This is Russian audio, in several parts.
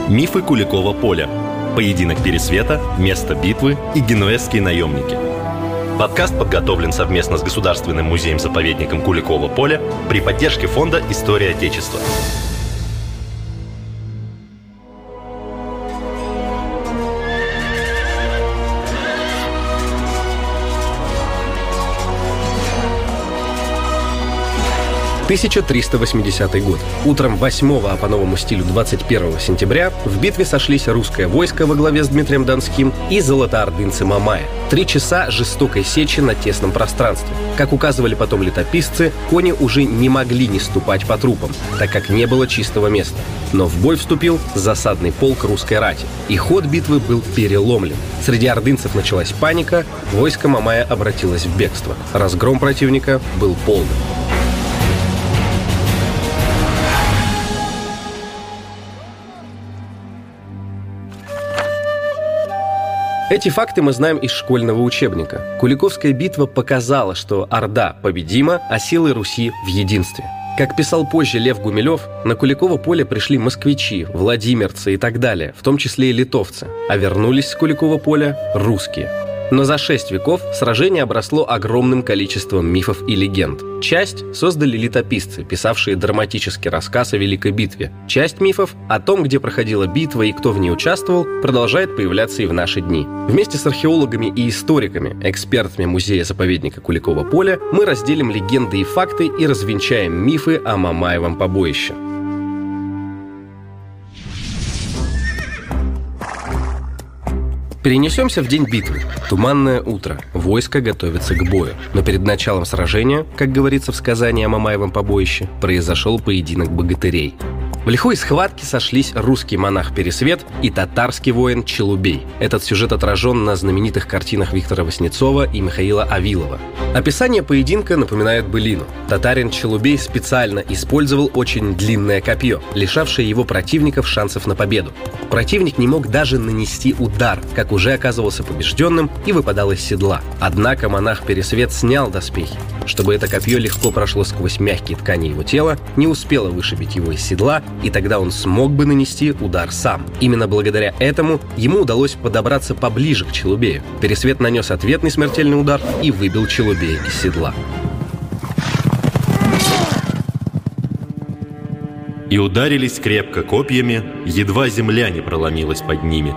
Мифы Куликова поля. Поединок Пересвета, место битвы и генуэзские наемники. Подкаст подготовлен совместно с Государственным музеем-заповедником Куликова поля при поддержке фонда «История Отечества». – 1380 год. Утром 8-го, а по новому стилю 21 сентября, в битве сошлись русское войско во главе с Дмитрием Донским и золотоордынцы Мамая. 3 часа жестокой сечи на тесном пространстве. Как указывали потом летописцы, кони уже не могли не ступать по трупам, так как не было чистого места. Но в бой вступил засадный полк русской рати, и ход битвы был переломлен. Среди ордынцев началась паника, войско Мамая обратилось в бегство. Разгром противника был полным. Эти факты мы знаем из школьного учебника. Куликовская битва показала, что Орда победима, а силы Руси в единстве. Как писал позже Лев Гумилев, на Куликово поле пришли москвичи, владимирцы и так далее, в том числе и литовцы, а вернулись с Куликово поля русские. Но за 6 веков сражение обросло огромным количеством мифов и легенд. Часть создали летописцы, писавшие драматический рассказ о Великой битве. Часть мифов о том, где проходила битва и кто в ней участвовал, продолжает появляться и в наши дни. Вместе с археологами и историками, экспертами музея-заповедника Куликово поля, мы разделим легенды и факты и развенчаем мифы о Мамаевом побоище. Перенесемся в день битвы. Туманное утро. Войско готовится к бою. Но перед началом сражения, как говорится в сказании о Мамаевом побоище, произошел поединок богатырей. В лихой схватке сошлись русский монах Пересвет и татарский воин Челубей. Этот сюжет отражен на знаменитых картинах Виктора Васнецова и Михаила Авилова. Описание поединка напоминает былину. Татарин Челубей специально использовал очень длинное копье, лишавшее его противников шансов на победу. Противник не мог даже нанести удар, как уже оказывался побежденным и выпадал из седла. Однако монах Пересвет снял доспехи. Чтобы это копье легко прошло сквозь мягкие ткани его тела, не успело вышибить его из седла, и тогда он смог бы нанести удар сам. Именно благодаря этому ему удалось подобраться поближе к Челубею. Пересвет нанес ответный смертельный удар и выбил Челубея из седла. И ударились крепко копьями, едва земля не проломилась под ними.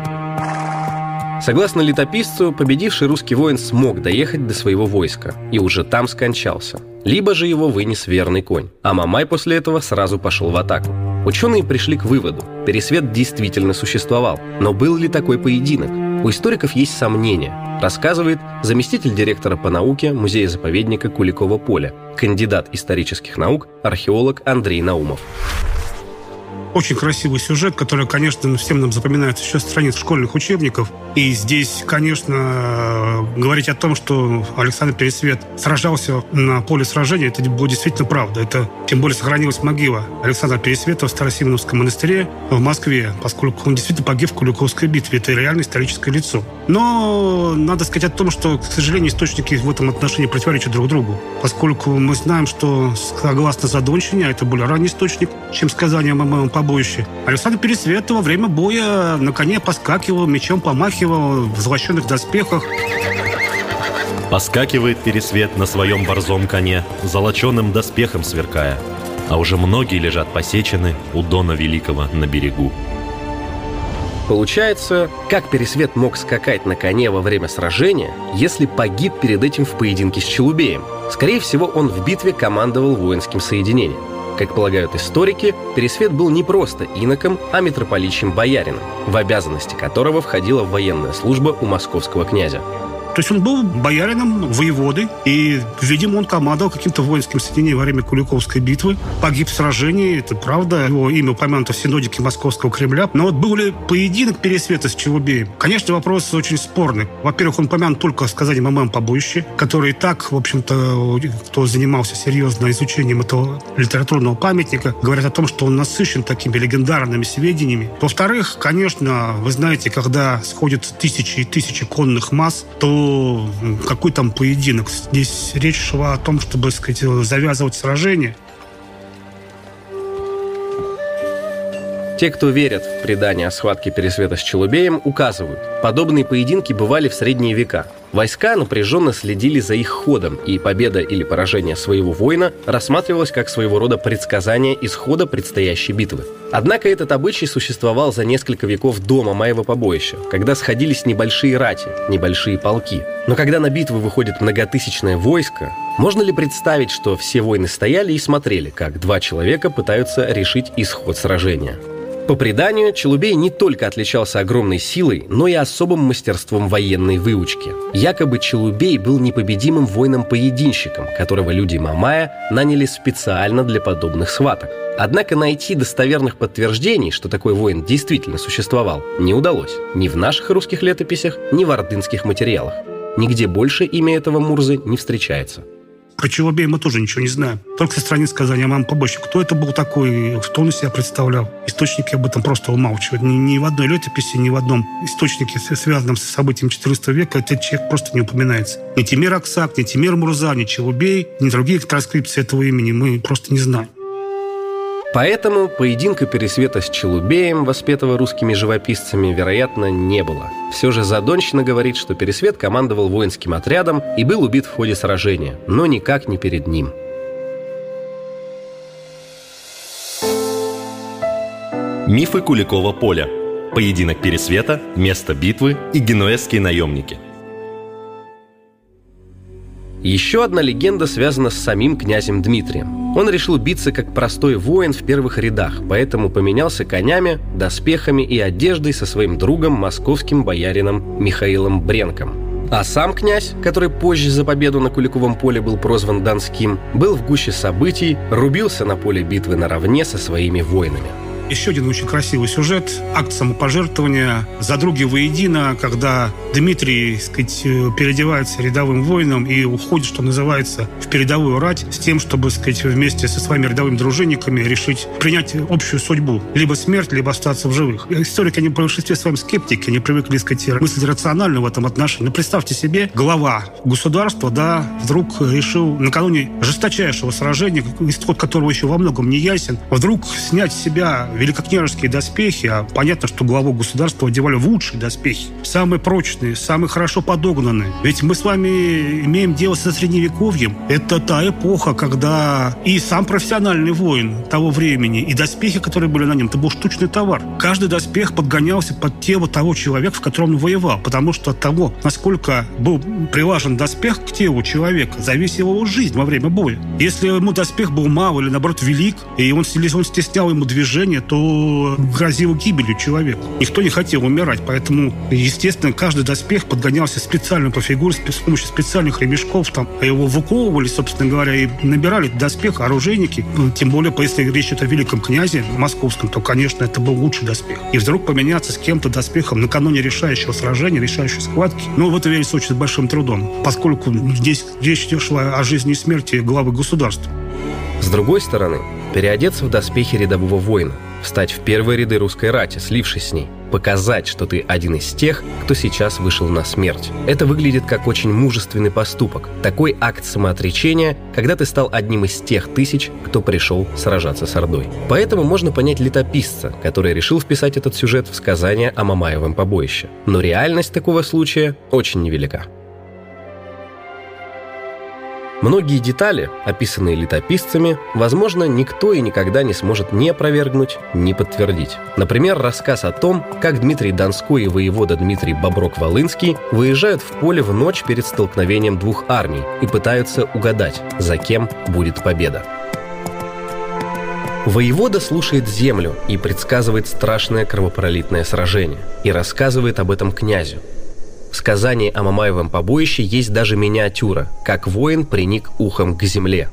Согласно летописцу, победивший русский воин смог доехать до своего войска и уже там скончался. Либо же его вынес верный конь, а Мамай после этого сразу пошел в атаку. Ученые пришли к выводу: Пересвет действительно существовал. Но был ли такой поединок? У историков есть сомнения, рассказывает заместитель директора по науке музея-заповедника Куликово поля, кандидат исторических наук, археолог Андрей Наумов. Очень красивый сюжет, который, конечно, всем нам запоминается еще с страниц школьных учебников. И здесь, конечно, говорить о том, что Александр Пересвет сражался на поле сражения, это было действительно правда. Это, тем более, сохранилась могила Александра Пересвета в Старосименовском монастыре в Москве, поскольку он действительно погиб в Куликовской битве. Это реально историческое лицо. Но надо сказать о том, что, к сожалению, источники в этом отношении противоречат друг другу, поскольку мы знаем, что, согласно Задонщине, а это более ранний источник, чем сказание о Мамаевом побоище, Александр Пересвет во время боя на коне поскакивал, мечом помахивал в золоченых доспехах. Поскакивает Пересвет на своем борзом коне, золоченым доспехом сверкая, а уже многие лежат посечены у Дона Великого на берегу. Получается, как Пересвет мог скакать на коне во время сражения, если погиб перед этим в поединке с Челубеем? Скорее всего, он в битве командовал воинским соединением. Как полагают историки, Пересвет был не просто иноком, а митрополичьим боярином, в обязанности которого входила военная служба у московского князя. То есть он был боярином воеводы, и, видимо, он командовал каким-то воинским соединением во время Куликовской битвы. Погиб в сражении, это правда, его имя упомянуто в синодике Московского Кремля. Но вот был ли поединок Пересвета с Челубеем? Конечно, вопрос очень спорный. Во-первых, он упомянут только в сказании о Мамаевом побоище, который и так, в общем-то, кто занимался серьезно изучением этого литературного памятника, говорят о том, что он насыщен такими легендарными сведениями. Во-вторых, конечно, вы знаете, когда сходят тысячи и тысячи конных масс, то какой там поединок? Здесь речь шла о том, чтобы, так сказать, завязывать сражение. Те, кто верят в предание о схватке Пересвета с Челубеем, указывают, подобные поединки бывали в средние века. Войска напряженно следили за их ходом, и победа или поражение своего воина рассматривалось как своего рода предсказание исхода предстоящей битвы. Однако этот обычай существовал за несколько веков до Мамаева побоища, когда сходились небольшие рати, небольшие полки. Но когда на битву выходит многотысячное войско, можно ли представить, что все воины стояли и смотрели, как два человека пытаются решить исход сражения? По преданию, Челубей не только отличался огромной силой, но и особым мастерством военной выучки. Якобы Челубей был непобедимым воином-поединщиком, которого люди Мамая наняли специально для подобных схваток. Однако найти достоверных подтверждений, что такой воин действительно существовал, не удалось ни в наших русских летописях, ни в ордынских материалах. Нигде больше имя этого Мурзы не встречается. Про Челубея мы тоже ничего не знаем. Только со страниц сказания мамы побоища. Кто это был такой, что он из себя представлял. Источники об этом просто умалчивают. Ни в одной летописи, ни в одном источнике, связанном с событием XIV века, этот человек просто не упоминается. Ни Тимир Аксак, ни Тимир Мурза, ни Челубей, ни других транскрипций этого имени мы просто не знаем. Поэтому поединка Пересвета с Челубеем, воспетого русскими живописцами, вероятно, не было. Все же Задонщина говорит, что Пересвет командовал воинским отрядом и был убит в ходе сражения, но никак не перед ним. Мифы Куликова поля. Поединок Пересвета, место битвы и генуэзские наемники. Еще одна легенда связана с самим князем Дмитрием. Он решил биться как простой воин в первых рядах, поэтому поменялся конями, доспехами и одеждой со своим другом, московским боярином Михаилом Бренком. А сам князь, который позже за победу на Куликовом поле был прозван Донским, был в гуще событий, рубился на поле битвы наравне со своими воинами. Еще один очень красивый сюжет, акт самопожертвования за други воедино, когда Дмитрий, так сказать, переодевается рядовым воином и уходит, что называется, в передовую рать с тем, чтобы, так сказать, вместе со своими рядовыми дружинниками решить принять общую судьбу. Либо смерть, либо остаться в живых. Историки, они в большинстве своем скептики, они привыкли, так сказать, мыслить рационально в этом отношении. Но представьте себе, глава государства, вдруг решил накануне жесточайшего сражения, исход которого еще во многом не ясен, вдруг снять с себя великокняжеские доспехи, а понятно, что главу государства одевали в лучшие доспехи, самые прочные, самые хорошо подогнанные. Ведь мы с вами имеем дело со Средневековьем. Это та эпоха, когда и сам профессиональный воин того времени, и доспехи, которые были на нем, это был штучный товар. Каждый доспех подгонялся под тело того человека, в котором он воевал, потому что от того, насколько был прилажен доспех к телу человека, зависела его жизнь во время боя. Если ему доспех был мал или, наоборот, велик, и он стеснял ему движение, то грозило гибелью человеку. Никто не хотел умирать, поэтому, естественно, каждый доспех подгонялся специально по фигуре, с помощью специальных ремешков, его выковывали, собственно говоря, и набирали доспех оружейники. Тем более, если речь идет о великом князе московском, то, конечно, это был лучший доспех. И вдруг поменяться с кем-то доспехом накануне решающего сражения, решающей схватки, в это верится очень с большим трудом, поскольку здесь речь шла о жизни и смерти главы государства. С другой стороны, переодеться в доспехи рядового воина, встать в первые ряды русской рати, слившись с ней, показать, что ты один из тех, кто сейчас вышел на смерть. Это выглядит как очень мужественный поступок. Такой акт самоотречения, когда ты стал одним из тех тысяч, кто пришел сражаться с Ордой. Поэтому можно понять летописца, который решил вписать этот сюжет в сказание о Мамаевом побоище. Но реальность такого случая очень невелика. Многие детали, описанные летописцами, возможно, никто и никогда не сможет ни опровергнуть, ни подтвердить. Например, рассказ о том, как Дмитрий Донской и воевода Дмитрий Боброк-Волынский выезжают в поле в ночь перед столкновением двух армий и пытаются угадать, за кем будет победа. Воевода слушает землю и предсказывает страшное кровопролитное сражение, и рассказывает об этом князю. В сказании о Мамаевом побоище есть даже миниатюра, как воин приник ухом к земле.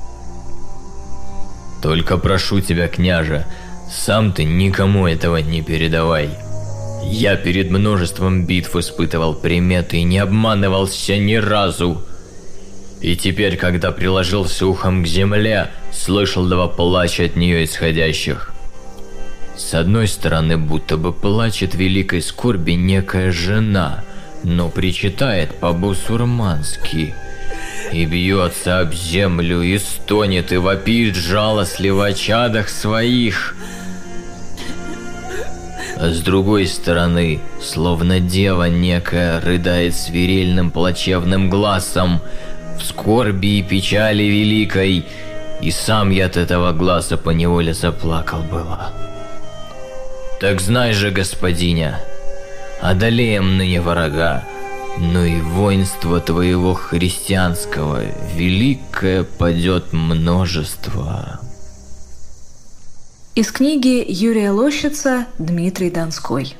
«Только прошу тебя, княже, сам ты никому этого не передавай. Я перед множеством битв испытывал приметы и не обманывался ни разу. И теперь, когда приложился ухом к земле, слышал два плача от нее исходящих. С одной стороны, будто бы плачет великой скорби некая жена, но причитает по-бусурмански, и бьется об землю, и стонет, и вопит жалостливо о чадах своих. А с другой стороны, словно дева некая рыдает свирельным плачевным глазом в скорби и печали великой, и сам я от этого глаза поневоле заплакал было. Так знай же, господиня, одолеем ныне врага, но и воинство твоего христианского великое падет множество. Из книги Юрия Лощица «Дмитрий Донской».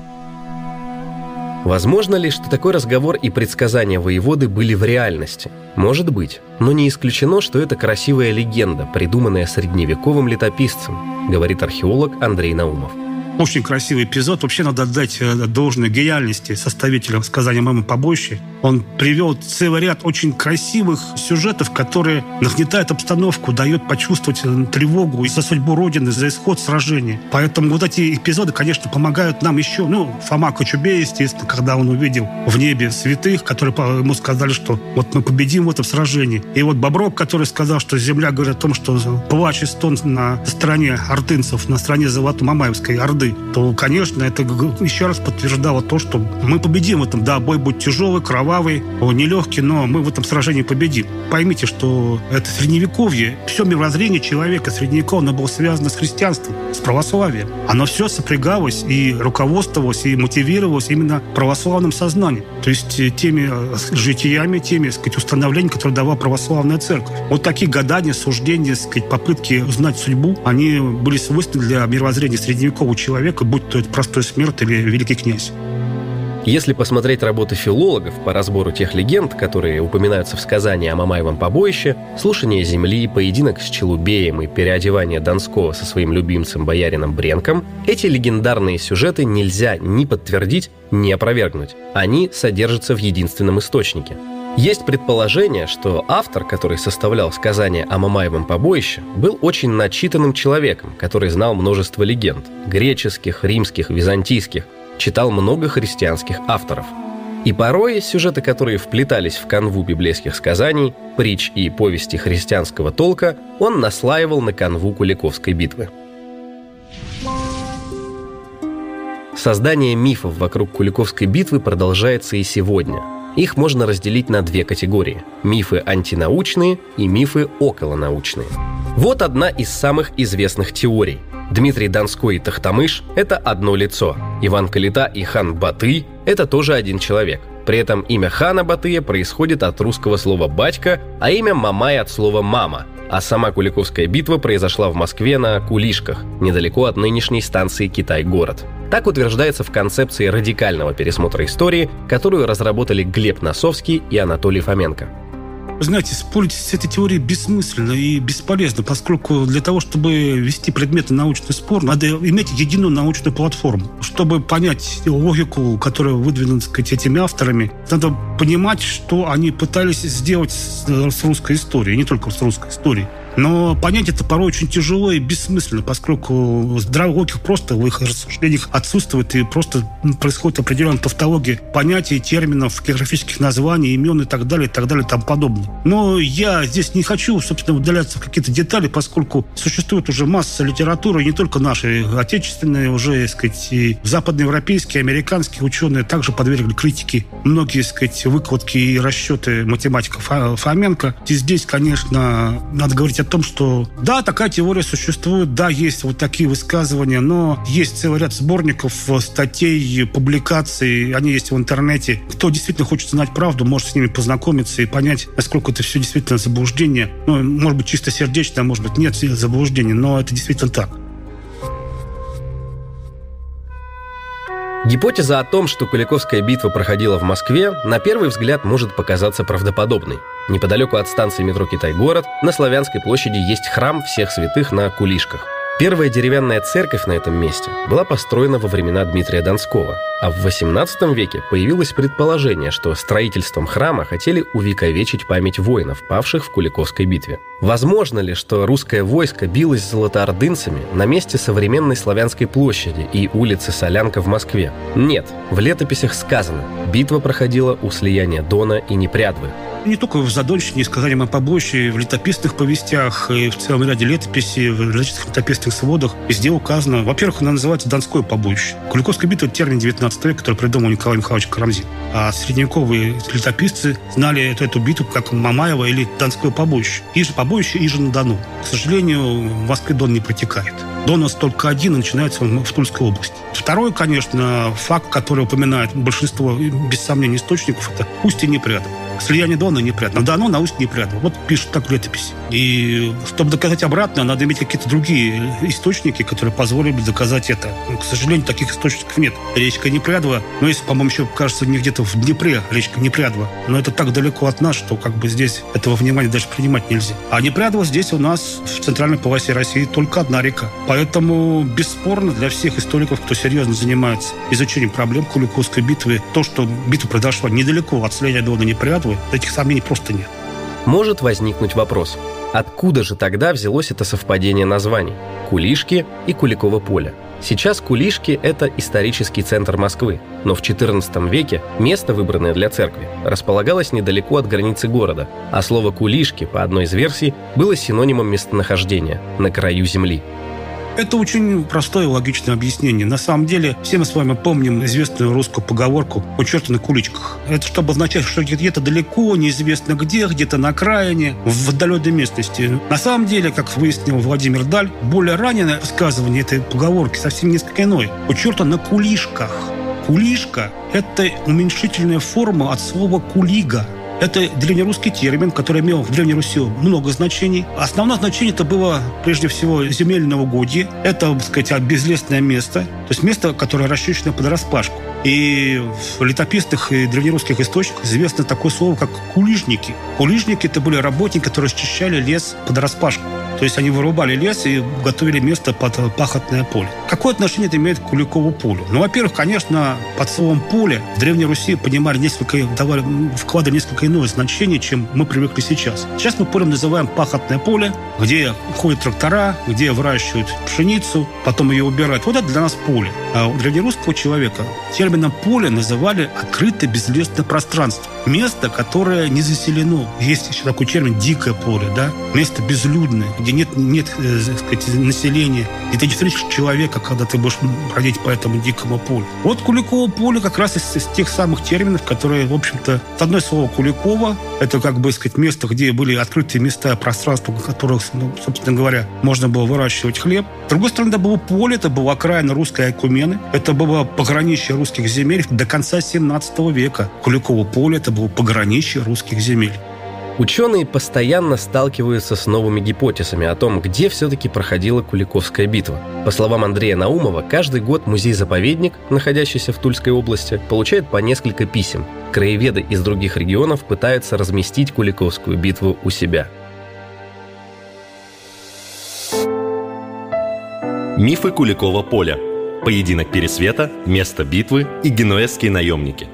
Возможно ли, что такой разговор и предсказания воеводы были в реальности? Может быть, но не исключено, что это красивая легенда, придуманная средневековым летописцем, говорит археолог Андрей Наумов. Очень красивый эпизод. Вообще надо отдать должное гениальности составителя сказания «Мамы побоище». Он привел целый ряд очень красивых сюжетов, которые нагнетают обстановку, дают почувствовать тревогу за судьбу Родины, за исход сражения. Поэтому вот эти эпизоды, конечно, помогают нам еще. Фома Кочубей, естественно, когда он увидел в небе святых, которые ему сказали, что вот мы победим в этом сражении. И вот Бобров, который сказал, что земля говорит о том, что плач и стон на стороне ордынцев, на стороне Золото-Мамаевской Орды, то, конечно, это еще раз подтверждало то, что мы победим в этом. Да, бой будет тяжелый, кровавый, нелегкий, но мы в этом сражении победим. Поймите, что это Средневековье, все мировоззрение человека средневекового было связано с христианством, с православием. Оно все сопрягалось и руководствовалось, и мотивировалось именно православным сознанием. То есть теми житиями, теми, установлениями, которые давала православная церковь. Вот такие гадания, суждения, попытки узнать судьбу, они были свойственны для мировоззрения средневекового человека, будь то это простой смерть или великий князь. Если посмотреть работы филологов по разбору тех легенд, которые упоминаются в сказании о Мамаевом побоище, слушание земли, поединок с Челубеем и переодевание Донского со своим любимцем боярином Бренком, эти легендарные сюжеты нельзя ни подтвердить, ни опровергнуть. Они содержатся в единственном источнике. Есть предположение, что автор, который составлял сказание о Мамаевом побоище, был очень начитанным человеком, который знал множество легенд – греческих, римских, византийских, читал много христианских авторов. И порой сюжеты, которые вплетались в канву библейских сказаний, притч и повести христианского толка, он наслаивал на канву Куликовской битвы. Создание мифов вокруг Куликовской битвы продолжается и сегодня. Их можно разделить на две категории – мифы антинаучные и мифы околонаучные. Вот одна из самых известных теорий. Дмитрий Донской и Тохтамыш – это одно лицо. Иван Калита и хан Батый – это тоже один человек. При этом имя хана Батыя происходит от русского слова «батька», а имя Мамай от слова «мама». А сама Куликовская битва произошла в Москве на Кулишках, недалеко от нынешней станции Китай-город. Так утверждается в концепции радикального пересмотра истории, которую разработали Глеб Носовский и Анатолий Фоменко. Знаете, спорить с этой теорией бессмысленно и бесполезно, поскольку для того, чтобы вести предметный научный спор, надо иметь единую научную платформу. Чтобы понять логику, которая выдвинута, этими авторами, надо понимать, что они пытались сделать с русской историей, не только с русской историей. Но понять это порой очень тяжело и бессмысленно, поскольку здравая логика просто в их рассуждениях отсутствует, и просто происходит определенная тавтология понятий, терминов, географических названий, имен и так далее, и тому подобное. Но я здесь не хочу, собственно, удаляться в какие-то детали, поскольку существует уже масса литературы, не только наши, отечественные, уже, и западноевропейские, американские ученые также подвергли критике многие, выкладки и расчеты математика Фоменко. И здесь, конечно, надо говорить о том, что да, такая теория существует, да, есть вот такие высказывания, но есть целый ряд сборников, статей, публикаций, они есть в интернете. Кто действительно хочет знать правду, может с ними познакомиться и понять, насколько это все действительно заблуждение. Может быть, чисто сердечно, может быть, нет заблуждения, но это действительно так. Гипотеза о том, что Куликовская битва проходила в Москве, на первый взгляд может показаться правдоподобной. Неподалеку от станции метро Китай-город на Славянской площади есть храм всех святых на Кулишках. Первая деревянная церковь на этом месте была построена во времена Дмитрия Донского, а в XVIII веке появилось предположение, что строительством храма хотели увековечить память воинов, павших в Куликовской битве. Возможно ли, что русское войско билось с золотоордынцами на месте современной Славянской площади и улицы Солянка в Москве? Нет. В летописях сказано: Битва проходила у слияния Дона и Непрядвы. Не только в Задонщине, сказанием о побоище, в летописных повестях и в целом ряде летописей, в различных летописных сводах везде указано. Во-первых, она называется Донское побоище. Куликовская битва – это термин 19 века, который придумал Николай Михайлович Карамзин. А средневековые летописцы знали эту битву как Мамаево или Донское побоище. Побоище Иже на Дону. К сожалению, в Москве Дон не протекает. Дон у нас только один, и начинается он в Тульской области. Второй, конечно, факт, который упоминает большинство, без сомнения, источников, это устье Непрядва. Слияние Дона и Непрядва. На Дону, на устье Непрядва. Вот пишут так в летописи. И чтобы доказать обратно, надо иметь какие-то другие источники, которые позволили бы доказать это. К сожалению, таких источников нет. Речка Непрядва, но есть, по-моему, еще, кажется, не где-то в Днепре речка Непрядва. Но это так далеко от нас, что как бы здесь этого внимания даже принимать нельзя. А Непрядва здесь у нас в центральной полосе России только одна река. Поэтому бесспорно для всех историков, кто серьезно занимается изучением проблем Куликовской битвы, то, что битва произошла недалеко от слияния Дона и Непрядвы, этих сомнений просто нет. Может возникнуть вопрос, откуда же тогда взялось это совпадение названий Кулишки и Куликово поле? Сейчас Кулишки – это исторический центр Москвы, но в XIV веке место, выбранное для церкви, располагалось недалеко от границы города, а слово «Кулишки», по одной из версий, было синонимом местонахождения – на краю земли. Это очень простое и логичное объяснение. На самом деле, все мы с вами помним известную русскую поговорку «у черта на куличках». Это чтобы означать, что где-то далеко, неизвестно где, где-то на окраине, в отдаленной местности. На самом деле, как выяснил Владимир Даль, более раннее высказывание этой поговорки совсем несколько иное. «У черта на кулишках». Кулишка – это уменьшительная форма от слова «кулига». Это древнерусский термин, который имел в Древней Руси много значений. Основное значение это было, прежде всего, земельное угодье. Это, так сказать, безлесное место, то есть место, которое расчищено под распашку. И в летописных и древнерусских источниках известно такое слово, как кулижники. Кулижники – это были работники, которые расчищали лес под распашку. То есть они вырубали лес и готовили место под пахотное поле. Какое отношение это имеет к Куликову полю? Ну, во-первых, конечно, под словом «поле» в Древней Руси вкладывали несколько иное значение, чем мы привыкли сейчас. Сейчас мы полем называем пахотное поле, где ходят трактора, где выращивают пшеницу, потом ее убирают. Вот это для нас поле. А у древнерусского человека термином «поле» называли открытое безлесное пространство. Место, которое не заселено. Есть еще такой термин «дикое поле», да? Место безлюдное, где нет так сказать, населения, где ты не встретишь человека, когда ты будешь бродить по этому дикому полю. Вот Куликово поле как раз из тех самых терминов, которые, в общем-то, с одной слово Куликово, это, как бы сказать, место, где были открытые места, пространства, в которых, собственно говоря, можно было выращивать хлеб. С другой стороны, это было поле, это была окраина русской Айкумены, это было пограничье русских земель до конца 17 века. Куликово поле – это было пограничье русских земель. Ученые постоянно сталкиваются с новыми гипотезами о том, где все-таки проходила Куликовская битва. По словам Андрея Наумова, каждый год музей-заповедник, находящийся в Тульской области, получает по несколько писем. Краеведы из других регионов пытаются разместить Куликовскую битву у себя. Мифы Куликова поля. Поединок Пересвета, место битвы и генуэзские наемники.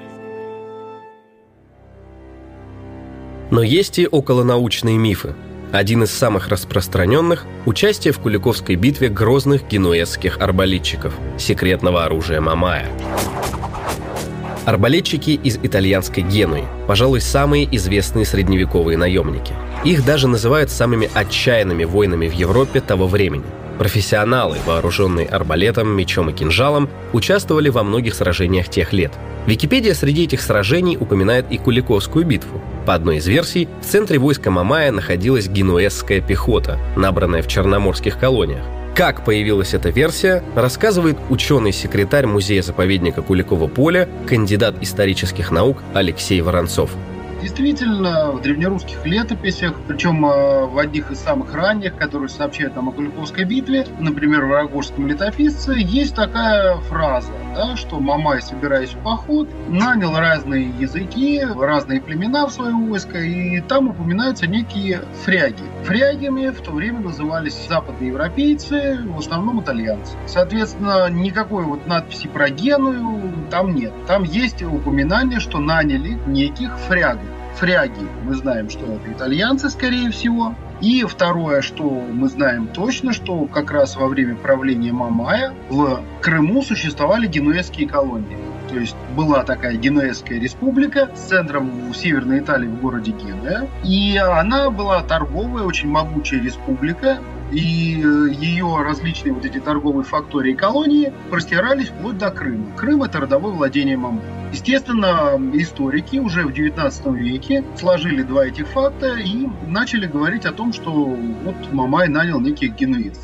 Но есть и околонаучные мифы. Один из самых распространенных – участие в Куликовской битве грозных генуэзских арбалетчиков, секретного оружия Мамая. Арбалетчики из итальянской Генуи, пожалуй, самые известные средневековые наемники. Их даже называют самыми отчаянными воинами в Европе того времени. Профессионалы, вооруженные арбалетом, мечом и кинжалом, участвовали во многих сражениях тех лет. Википедия среди этих сражений упоминает и Куликовскую битву. По одной из версий, в центре войска Мамая находилась генуэзская пехота, набранная в черноморских колониях. Как появилась эта версия, рассказывает ученый-секретарь музея-заповедника Куликово поля, кандидат исторических наук Алексей Воронцов. Действительно, в древнерусских летописях, причем в одних из самых ранних, которые сообщают нам о Куликовской битве, например, в Рогожском летописце, есть такая фраза, да, что Мамай, собираясь в поход, нанял разные языки, разные племена в свое войско, и там упоминаются некие фряги. Фрягами в то время назывались западноевропейцы, в основном итальянцы. Соответственно, никакой вот надписи про Геную там нет. Там есть упоминание, что наняли неких фрягов. Фряги, мы знаем, что это итальянцы, скорее всего. И второе, что мы знаем точно, что как раз во время правления Мамая в Крыму существовали генуэзские колонии. То есть была такая Генуэзская республика с центром в Северной Италии в городе Генуя. И она была торговая, очень могучая республика. И ее различные вот эти торговые фактории и колонии простирались вплоть до Крыма. Крым – это родовое владение Мамая. Естественно, историки уже в XIX веке сложили два этих факта и начали говорить о том, что вот Мамай нанял неких генуэзцев.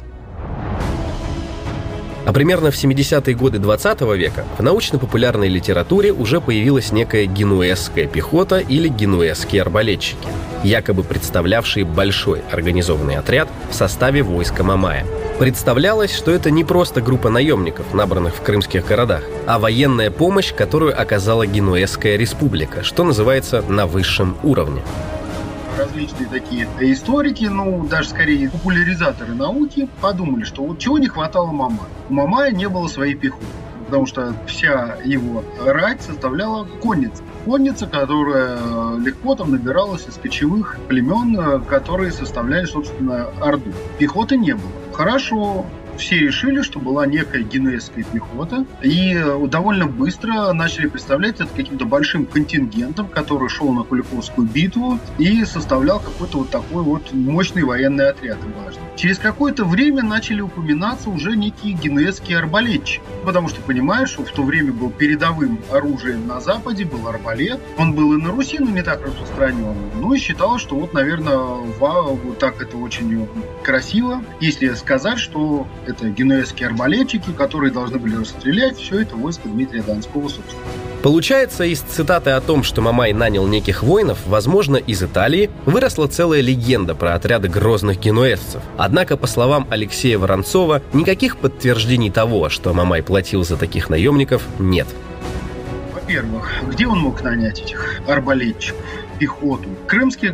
А примерно в 70-е годы 20 века в научно-популярной литературе уже появилась некая генуэзская пехота или генуэзские арбалетчики, якобы представлявшие большой организованный отряд в составе войска Мамая. Представлялось, что это не просто группа наемников, набранных в крымских городах, а военная помощь, которую оказала Генуэзская республика, что называется на высшем уровне. Различные такие историки, даже скорее популяризаторы науки, подумали, что вот чего не хватало Мамаю. У Мамая не было своей пехоты, потому что вся его рать составляла конница. Конница, которая легко там набиралась из кочевых племен, которые составляли, собственно, орду. Пехоты не было. Хорошо. Все решили, что была некая генуэзская пехота, и довольно быстро начали представлять это каким-то большим контингентом, который шел на Куликовскую битву и составлял какой-то вот такой вот мощный военный отряд. Через какое-то время начали упоминаться уже некие генуэзские арбалетчики, потому что понимаешь, что в то время был передовым оружием на Западе, был арбалет, он был и на Руси, но не так распространен. И считалось, что вот, наверное, вот так это очень красиво, если сказать, что это генуэзские арбалетчики, которые должны были расстрелять все это войско Дмитрия Донского, собственно. Получается, из цитаты о том, что Мамай нанял неких воинов, возможно, из Италии, выросла целая легенда про отряды грозных генуэзцев. Однако, по словам Алексея Воронцова, никаких подтверждений того, что Мамай платил за таких наемников, нет. Во-первых, где он мог нанять этих арбалетчиков? Пехоту. В крымских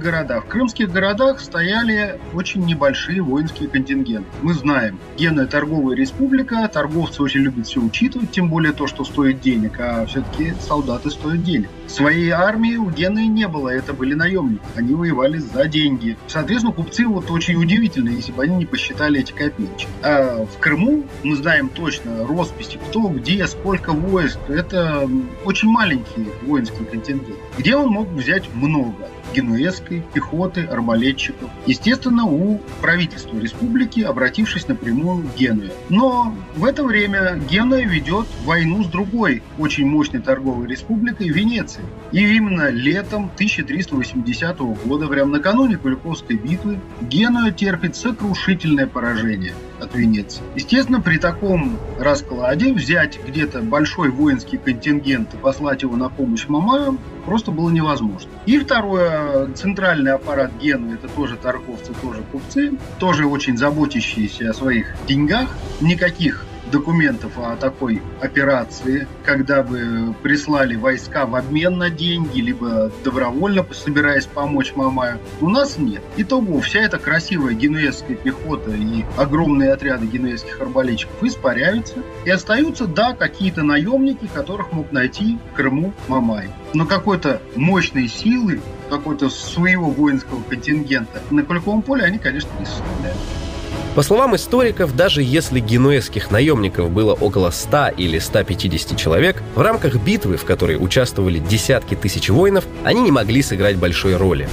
городах стояли очень небольшие воинские контингенты. Мы знаем, Генуя торговая республика, торговцы очень любят все учитывать, тем более то, что стоит денег, а все-таки солдаты стоят денег. Своей армии у Генуи не было, это были наемники, они воевали за деньги. Соответственно, купцы вот очень удивительно, если бы они не посчитали эти копеечки. А в Крыму мы знаем точно росписи, кто, где, сколько войск. Это очень маленькие воинские контингенты. Где он мог взять много генуэзской пехоты, арбалетчиков. Естественно, у правительства республики, обратившись напрямую в Генуя. Но в это время Генуя ведет войну с другой очень мощной торговой республикой Венецией. И именно летом 1380 года, прямо накануне Куликовской битвы, Генуя терпит сокрушительное поражение от Венеции. Естественно, при таком раскладе взять где-то большой воинский контингент и послать его на помощь Мамаю просто было невозможно. И второе, центральный аппарат Генуи, это тоже торговцы, тоже купцы, тоже очень заботящиеся о своих деньгах. Никаких документов о такой операции, когда бы прислали войска в обмен на деньги, либо добровольно собираясь помочь Мамаю, у нас нет. Итого, вся эта красивая генуэзская пехота и огромные отряды генуэзских арбалетчиков испаряются, и остаются, какие-то наемники, которых мог найти в Крыму Мамай. Но какой-то мощной силы, какой-то своего воинского контингента на Куликовом поле они, конечно, не составляют. По словам историков, даже если генуэзских наемников было около 100 или 150 человек, в рамках битвы, в которой участвовали десятки тысяч воинов, они не могли сыграть большой роли.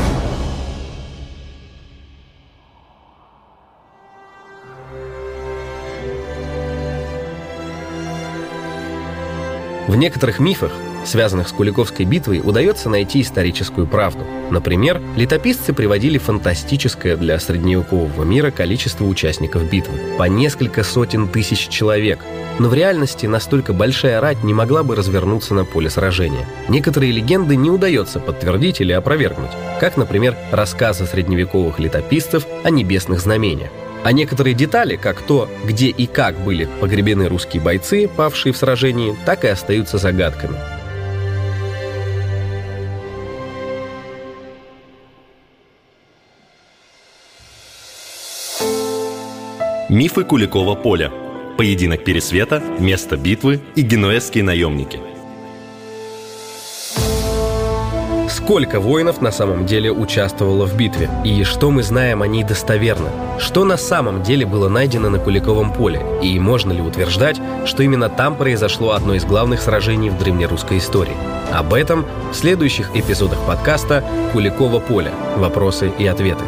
В некоторых мифах, связанных с Куликовской битвой, удается найти историческую правду. Например, летописцы приводили фантастическое для средневекового мира количество участников битвы – по несколько сотен тысяч человек. Но в реальности настолько большая рать не могла бы развернуться на поле сражения. Некоторые легенды не удается подтвердить или опровергнуть, как, например, рассказы средневековых летописцев о небесных знамениях. А некоторые детали, как то, где и как были погребены русские бойцы, павшие в сражении, так и остаются загадками. Мифы Куликова поля. Поединок Пересвета, место битвы и генуэзские наемники. Сколько воинов на самом деле участвовало в битве? И что мы знаем о ней достоверно? Что на самом деле было найдено на Куликовом поле? И можно ли утверждать, что именно там произошло одно из главных сражений в древнерусской истории? Об этом в следующих эпизодах подкаста «Куликово поле. Вопросы и ответы».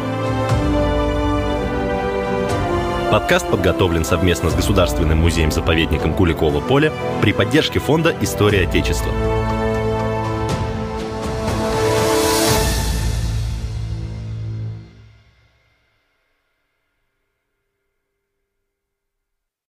Подкаст подготовлен совместно с Государственным музеем-заповедником Куликово поле при поддержке фонда «История Отечества».